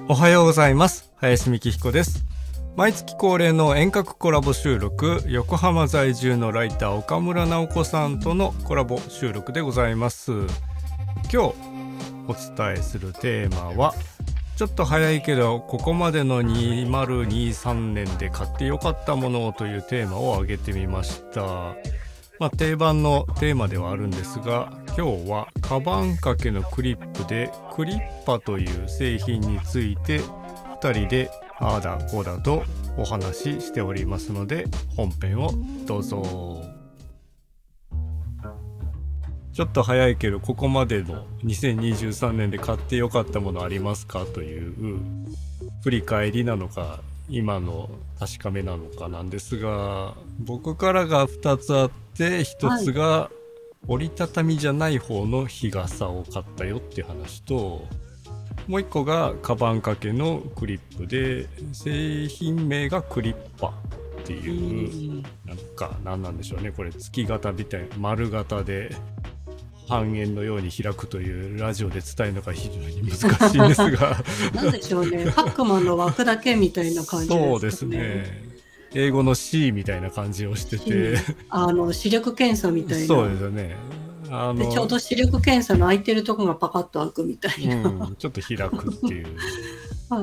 おはようございます。林美希彦です。毎月恒例の遠隔コラボ収録、横浜在住のライター岡村直子さんとのコラボ収録でございます。今日お伝えするテーマは、ちょっと早いけどここまでの2023年で買ってよかったものというテーマを挙げてみました。定番のテーマではあるんですが、今日はカバン掛けのクリップでクリッパという製品について2人でああだこうだとお話ししておりますので、本編をどうぞ。ちょっと早いけどここまでの2023年で買ってよかったものありますかという振り返りなのか今の確かめなのかなんですが、僕からが2つあって、1つが折りたたみじゃない方の日傘を買ったよっていう話と、もう1個がカバン掛けのクリップで製品名がクリッパっていう、何なんでしょうね、これ月型みたいな丸型で半円のように開くというラジオで伝えるのが非常に難しいんですがなんでしょうね、パックマンの枠だけみたいな感じですかね。 そうですね、英語の C みたいな感じをしてて視力検査みたいな。 そうですよね。 でちょうど視力検査の空いてるとこがパカッと開くみたいな、 ちょっと開くっていうはい、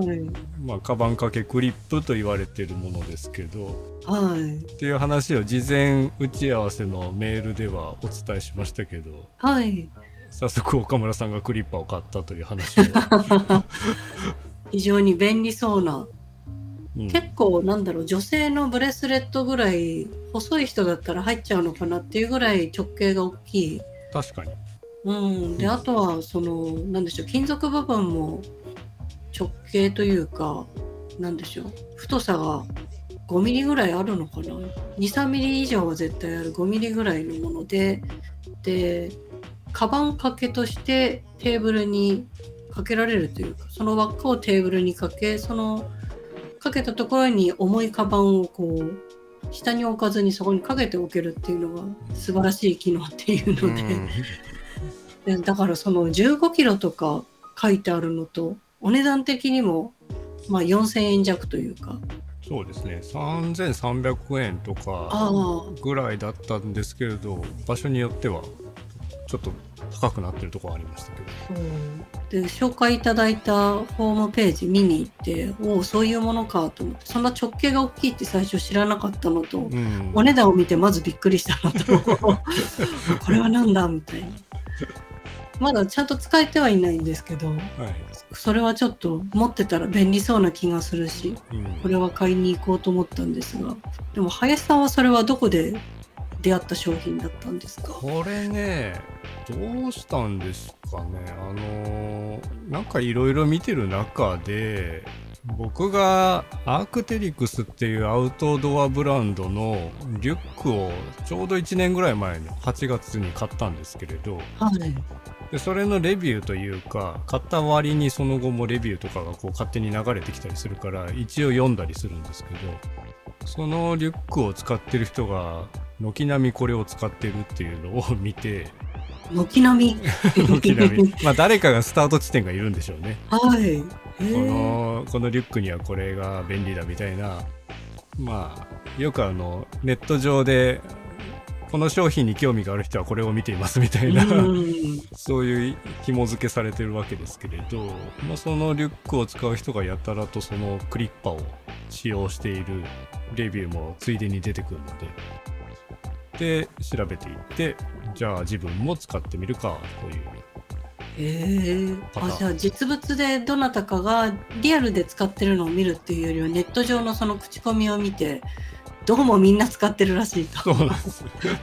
カバン掛けクリップと言われてるものですけど、っていう話を事前打ち合わせのメールではお伝えしましたけど、早速岡村さんがクリッパを買ったという話を非常に便利そうな、結構女性のブレスレットぐらい細い人だったら入っちゃうのかなっていうぐらい直径が大きい。 確かに、であとは金属部分も直径というか太さが5ミリぐらいあるのかな、2、3ミリ以上は絶対ある5ミリぐらいのもので、カバン掛けとしてテーブルにかけられるというか、その輪っかをテーブルにかけ、そのかけたところに重いカバンをこう下に置かずにそこにかけておけるっていうのが素晴らしい機能っていうので、だからその15キロとか書いてあるのとお値段的にも4000円弱というか、 そうですね、3300円とかぐらいだったんですけれど、場所によってはちょっと高くなってるところありましたけど、 で紹介いただいたホームページ見に行って、そういうものかと思って、そんな直径が大きいって最初知らなかったのと、お値段を見てまずびっくりしたのとこれはなんだみたいな。まだちゃんと使えてはいないんですけど、それはちょっと持ってたら便利そうな気がするし、これは買いに行こうと思ったんですが、でも林さんはそれはどこで出会った商品だったんですか？ これね、どうしたんですかね。なんかいろいろ見てる中で、僕がアークテリクスっていうアウトドアブランドのリュックをちょうど1年ぐらい前の8月に買ったんですけれど、でそれのレビューというか、買った割にその後もレビューとかがこう勝手に流れてきたりするから一応読んだりするんですけど、そのリュックを使ってる人が軒並みこれを使ってるっていうのを見て、 軒並み誰かがスタート地点がいるんでしょうね。このリュックにはこれが便利だみたいな、よくネット上でこの商品に興味がある人はこれを見ていますみたいなそういう紐付けされてるわけですけれど、そのリュックを使う人がやたらとそのクリッパを使用しているレビューもついでに出てくるので、調べていって、じゃあ自分も使ってみるかという。 じゃあ実物でどなたかがリアルで使ってるのを見るっていうよりは、ネット上のその口コミを見て、どうもみんな使ってるらしいと。 そうなんです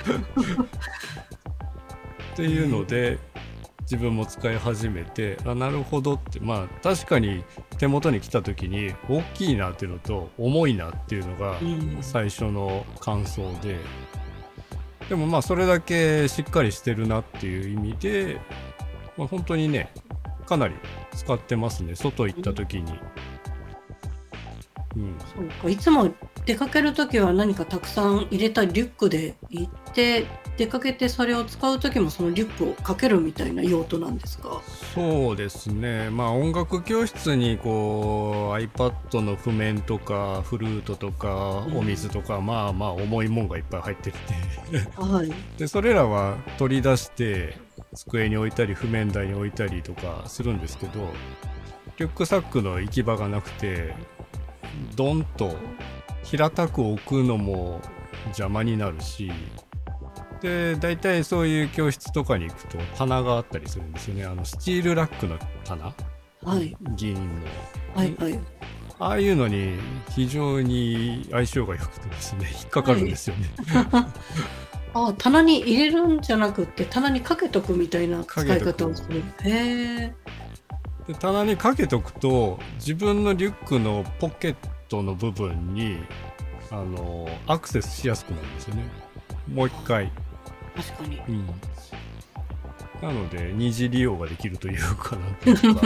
っていうので自分も使い始めて、なるほどって、確かに手元に来た時に大きいなっていうのと重いなっていうのが最初の感想で、でもそれだけしっかりしてるなっていう意味で、本当にね、かなり使ってますね、外行った時に。 そうか、いつも出かける時は何かたくさん入れたリュックで行って出かけてそれを使う時もそのリュックをかけるみたいな用途なんですか？ そうですね。まあ音楽教室にこう iPad の譜面とかフルートとかお水とか、まあまあ重いもんがいっぱい入ってきてはい。 でそれらは取り出して机に置いたり譜面台に置いたりとかするんですけど、リュックサックの行き場がなくてドンと平たく置くのも邪魔になるし、で大体そういう教室とかに行くと棚があったりするんですよね。スチールラックの棚、 はい。 銀のはいはい。 ああいうのに非常に相性が良くてですね、引っかかるんですよね。 あ、棚に入れるんじゃなくって棚にかけとくみたいな使い方をする。へえ。 で棚にかけとくと自分のリュックのポケットの部分にアクセスしやすくなるんですよね。もう一回。 確かに。 なので二次利用ができるというかなんていうか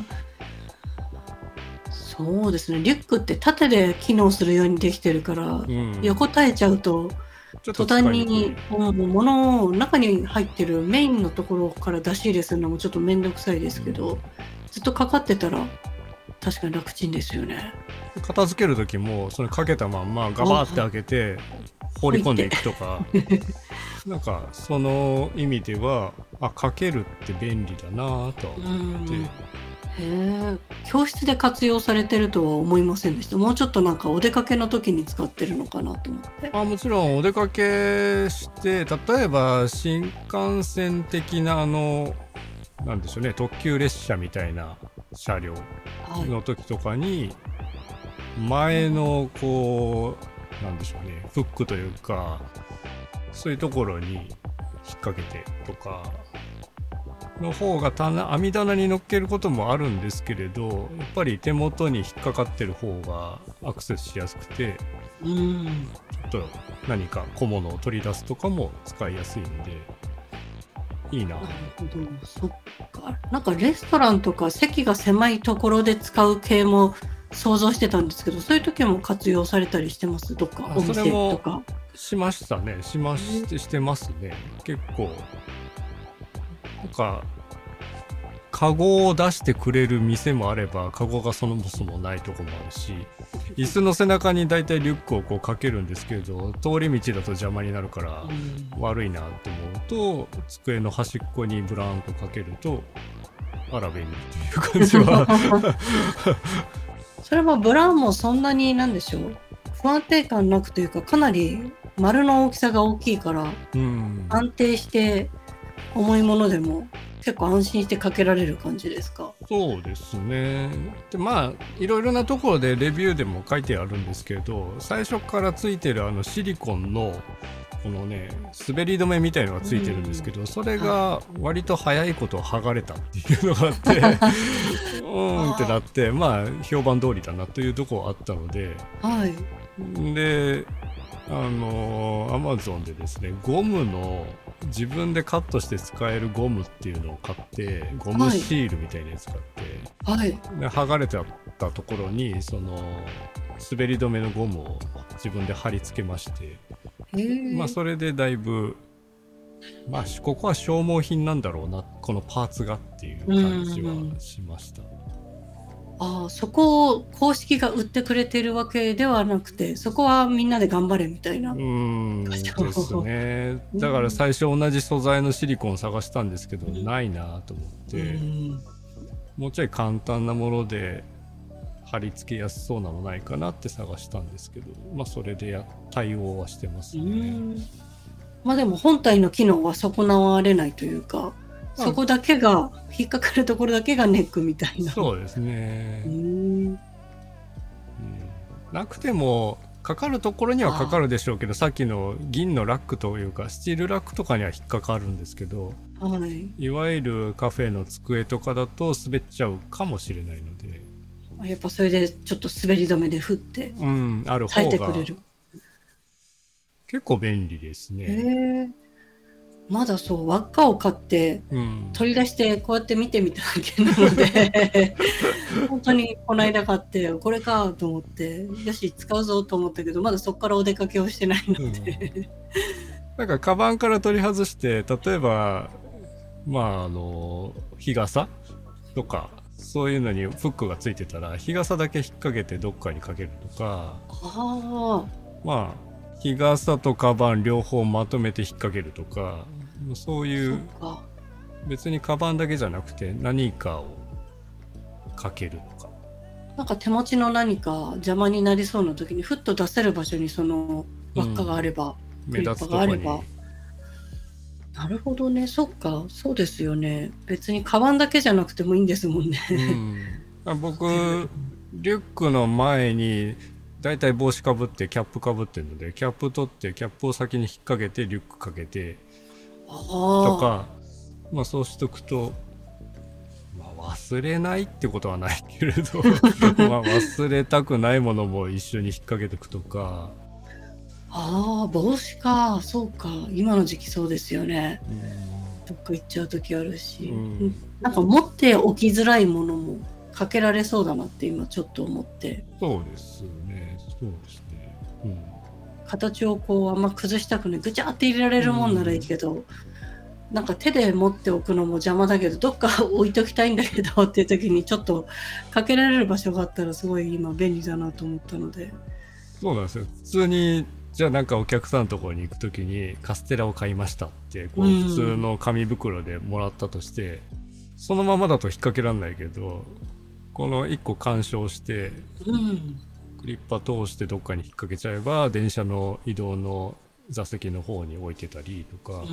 そうですね。リュックって縦で機能するようにできてるから、横たえちゃうとちょっと途端使いにくい。 に物を中に入ってるメインのところから出し入れするのもちょっとめんどくさいですけど、ずっとかかってたら確かに楽ちんですよね。 片付ける時もそれかけたまんまガバーって開けて放り込んでいくとかなんかその意味ではかけるって便利だなぁと思って。 へえ、教室で活用されてるとは思いませんでした。もうちょっとなんかお出かけの時に使ってるのかなと思って。 もちろんお出かけして例えば新幹線的ななんでしょうね、特急列車みたいな車両の時とかに、前のこうなんでしょうね、フックというかそういうところに引っ掛けてとかの方が網棚に乗っけることもあるんですけれど、やっぱり手元に引っかかってる方がアクセスしやすくて、ちょっと何か小物を取り出すとかも使いやすいのでいいな。 なるほど、そっか。なんかレストランとか席が狭いところで使う系も想像してたんですけど、そういう時も活用されたりしてます？どっかお店とか。 しましたね。してますね。結構なんかカゴを出してくれる店もあれば、カゴがそもそもないとこもあるし、椅子の背中にだいたいリュックをこうかけるんですけど、通り道だと邪魔になるから悪いなと思うと、机の端っこにブラーンとかけるとあら便利っていう感じはそれはブラウンもそんなになんでしょう、不安定感なくというか、かなり丸の大きさが大きいから、安定して重いものでも結構安心してかけられる感じですか？ そうですね。でまあいろいろなところでレビューでも書いてあるんですけど、最初からついてるシリコンのこのね滑り止めみたいのがついてるんですけど、それが割と早いこと剥がれたっていうのがあってってなって、まあ評判通りだなというところがあったので、でAmazon でですね、ゴムの自分でカットして使えるゴムっていうのを買って、ゴムシールみたいなやつ買って、で剥がれてあったところにその滑り止めのゴムを自分で貼り付けまして、まあそれでだいぶまあここは消耗品なんだろうな、このパーツがっていう感じはしました。 そこを公式が売ってくれてるわけではなくて、そこはみんなで頑張れみたいな。 ですね。だから最初同じ素材のシリコン探したんですけど、ないなと思って、もうちょい簡単なもので貼り付けやすそうなのないかなって探したんですけど、まあそれで対応はしてますね。 まあでも本体の機能は損なわれないというか、そこだけが引っかかるところだけがネックみたいな。 そうですね。なくてもかかるところにはかかるでしょうけど、さっきの銀のラックというかスチールラックとかには引っかかるんですけど、いわゆるカフェの机とかだと滑っちゃうかもしれないので、 やっぱそれでちょっと滑り止めで振ってある方が結構便利ですね。 まだそう輪っかを買って取り出してこうやって見てみただけなので本当にこの間買ってこれかと思って、よし使うぞと思ったけど、まだそこからお出かけをしてないのでなんかカバンから取り外して例えば日傘とかそういうのにフックがついてたら日傘だけ引っ掛けてどっかにかけるとか、 あまあ日傘とカバン両方まとめて引っ掛けるとか、そうあ、 いうそっか。 別にカバンだけじゃなくて何かをかけるとか。 なんか手持ちの何か邪魔になりそうな時にふっと出せる場所にその輪っかがあれば、ク目リッパ立つとこに。 があれば。なるほどね。そっか。そうですよね。別にカバンだけじゃなくてもいいんですもんね。 僕リュックの前にだいたい帽子かぶってキャップかぶってるので、キャップ取ってキャップを先に引っ掛けてリュックかけてとか、そうしとくと、忘れないってことはないけれど忘れたくないものも一緒に引っ掛けておくとか。 帽子か。そうか。今の時期そうですよね。どっか行っちゃう時あるし、なんか持っておきづらいものもかけられそうだなって今ちょっと思って。 そうですね。 形をこうあんま崩したくない、ぐちゃって入れられるもんならいいけど、なんか手で持っておくのも邪魔だけどどっか置いときたいんだけどっていう時にちょっとかけられる場所があったらすごい今便利だなと思ったので。 そうなんですよ。普通にじゃあなんかお客さんのところに行くときにカステラを買いましたってこう普通の紙袋でもらったとして、そのままだと引っ掛けられないけど、この1個干渉して、クリッパ通してどっかに引っ掛けちゃえば電車の移動の座席の方に置いてたりとか、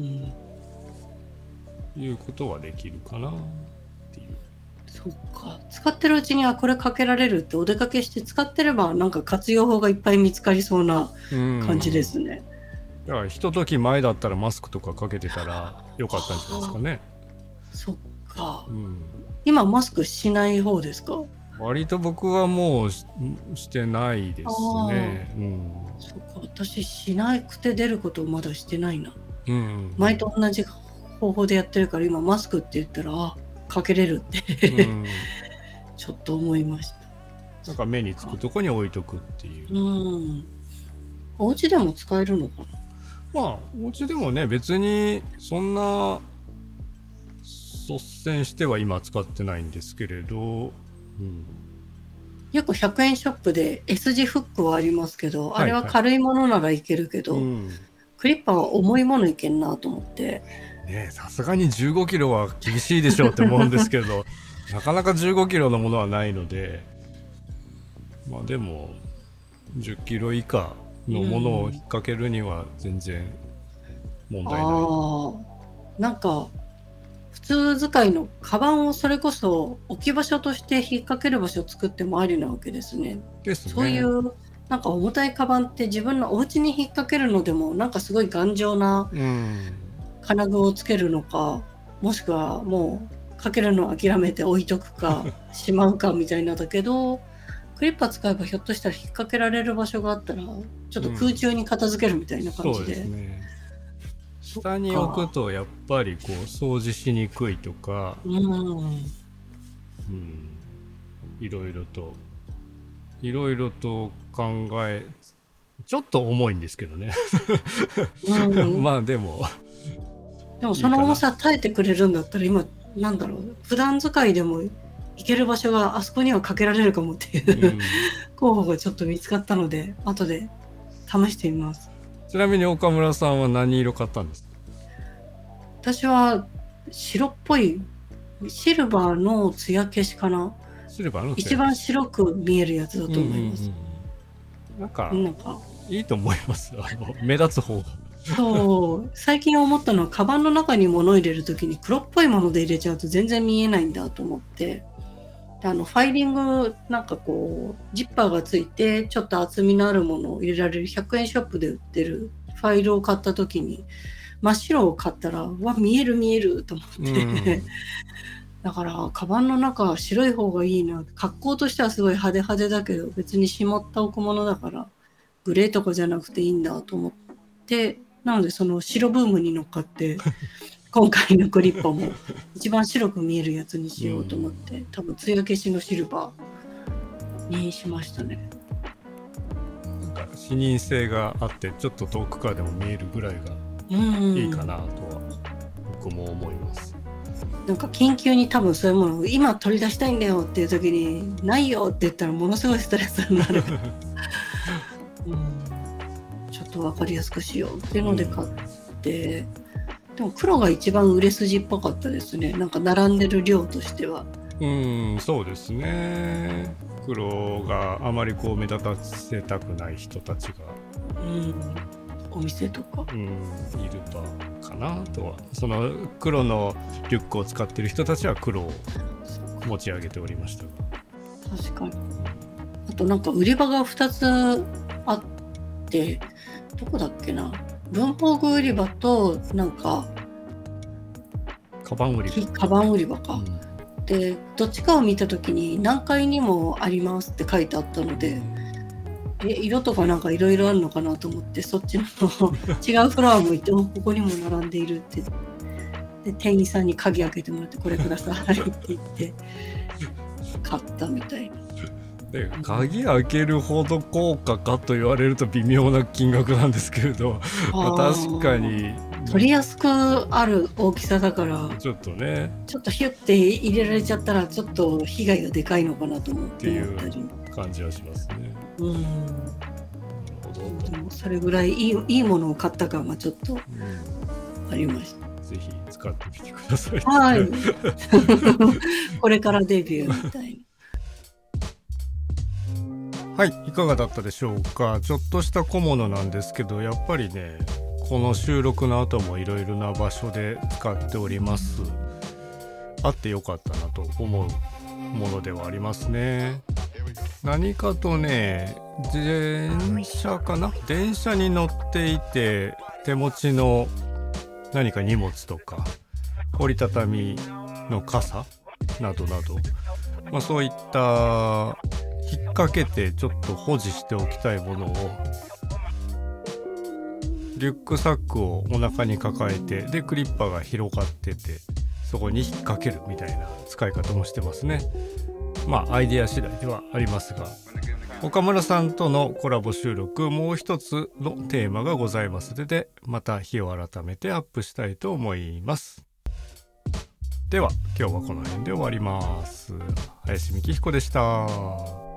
いうことはできるかなっていう。 そっか。使ってるうちにはこれかけられるってお出かけして使ってればなんか活用法がいっぱい見つかりそうな感じですね。 だからひととき前だったらマスクとかかけてたらよかったんじゃないですかね。 そっか、今マスクしない方ですか？ 割と僕はもう してないですね。 そっか。私しなくて出ることをまだしてないな。前と同じ方法でやってるから今マスクって言ったらかけれるってちょっと思いました。 なんか目につくとこに置いとくっていう。 お家でも使えるのかな？ お家でもね、別にそんな率先しては今使ってないんですけれど、 よく100円ショップで S 字フックはありますけど、あれは軽いものならいけるけど、クリッパは重いものいけんなと思ってね。さすがに15キロは厳しいでしょうって思うんですけどなかなか15キロのものはないので、でも10キロ以下のものを引っ掛けるには全然問題ない。 なんか普通使いのカバンをそれこそ置き場所として引っ掛ける場所を作ってもありなわけですね。そういうなんか重たいカバンって自分のお家に引っ掛けるのでもなんかすごい頑丈な金具をつけるのか、もしくはもうかけるのを諦めて置いとくかしまうかみたいなだけど、クリッパ使えばひょっとしたら引っ掛けられる場所があったらちょっと空中に片付けるみたいな感じで、 下に置くとやっぱりこう掃除しにくいとか、いろいろと考え、ちょっと重いんですけどねでもその重さ耐えてくれるんだったら今なんだろう、普段使いでも行ける場所があそこにはかけられるかもっていう候補がちょっと見つかったので後で試してみます。 ちなみに岡村さんは何色買ったんですか？ 私は白っぽいシルバーの艶消しかな。 シルバーの一番白く見えるやつだと思います。 なんかいいと思います。目立つ方が。 そう最近思ったのはカバンの中に物を入れるときに黒っぽいもので入れちゃうと全然見えないんだと思って、ファイリングなんかこうジッパーがついてちょっと厚みのあるものを入れられる100円ショップで売ってるファイルを買ったときに真っ白を買ったら見えると思ってだからカバンの中は白い方がいいな。格好としてはすごい派手派手だけど別にしまった置くものだからグレーとかじゃなくていいんだと思って、なのでその白ブームに乗っかって今回のクリッパも一番白く見えるやつにしようと思って多分艶消しのシルバーにしましたね。 なんか視認性があってちょっと遠くからでも見えるぐらいがいいかなとは僕も思います。 なんか緊急に多分そういうものを今取り出したいんだよっていう時にないよって言ったらものすごいストレスになる、ちょっと分かりやすくしようっていうので買って、でも黒が一番売れ筋っぽかったですね。なんか並んでる量としては。 そうですね。黒があまりこう目立たせたくない人たちが、 お店とか、 いるとかなとは。その黒のリュックを使ってる人たちは黒を持ち上げておりましたが。 確かに。あとなんか売り場が2つあって、どこだっけな、文房具売り場となんかカバン売り場。 カバン売り場か、でどっちかを見た時に何階にもありますって書いてあったので、色とかなんかいろいろあるのかなと思ってそっちの違うフロアも行ってここにも並んでいるって、で店員さんに鍵開けてもらってこれくださいって言って買ったみたいな。 で鍵開けるほど高価かと言われると微妙な金額なんですけれど、確かに取りやすくある大きさだからちょっとね、 ちょっとヒュッて入れられちゃったらちょっと被害がでかいのかなと思って思ったりっていう感じはしますね。なるほど。 でもそれぐらいいいものを買った感がちょっとありました。 ぜひ使ってみてください。 はいこれからデビューみたいな。 はい、いかがだったでしょうか。ちょっとした小物なんですけど、やっぱりねこの収録の後もいろいろな場所で使っております。あってよかったなと思うものではありますね。何かとね、電車に乗っていて手持ちの何か荷物とか折りたたみの傘などなど、そういった引っ掛けてちょっと保持しておきたいものをリュックサックをお腹に抱えて、でクリッパが広がっててそこに引っ掛けるみたいな使い方もしてますね。アイデア次第ではありますが、岡村さんとのコラボ収録もう一つのテーマがございますので、また日を改めてアップしたいと思います。では今日はこの辺で終わります。林美希彦でした。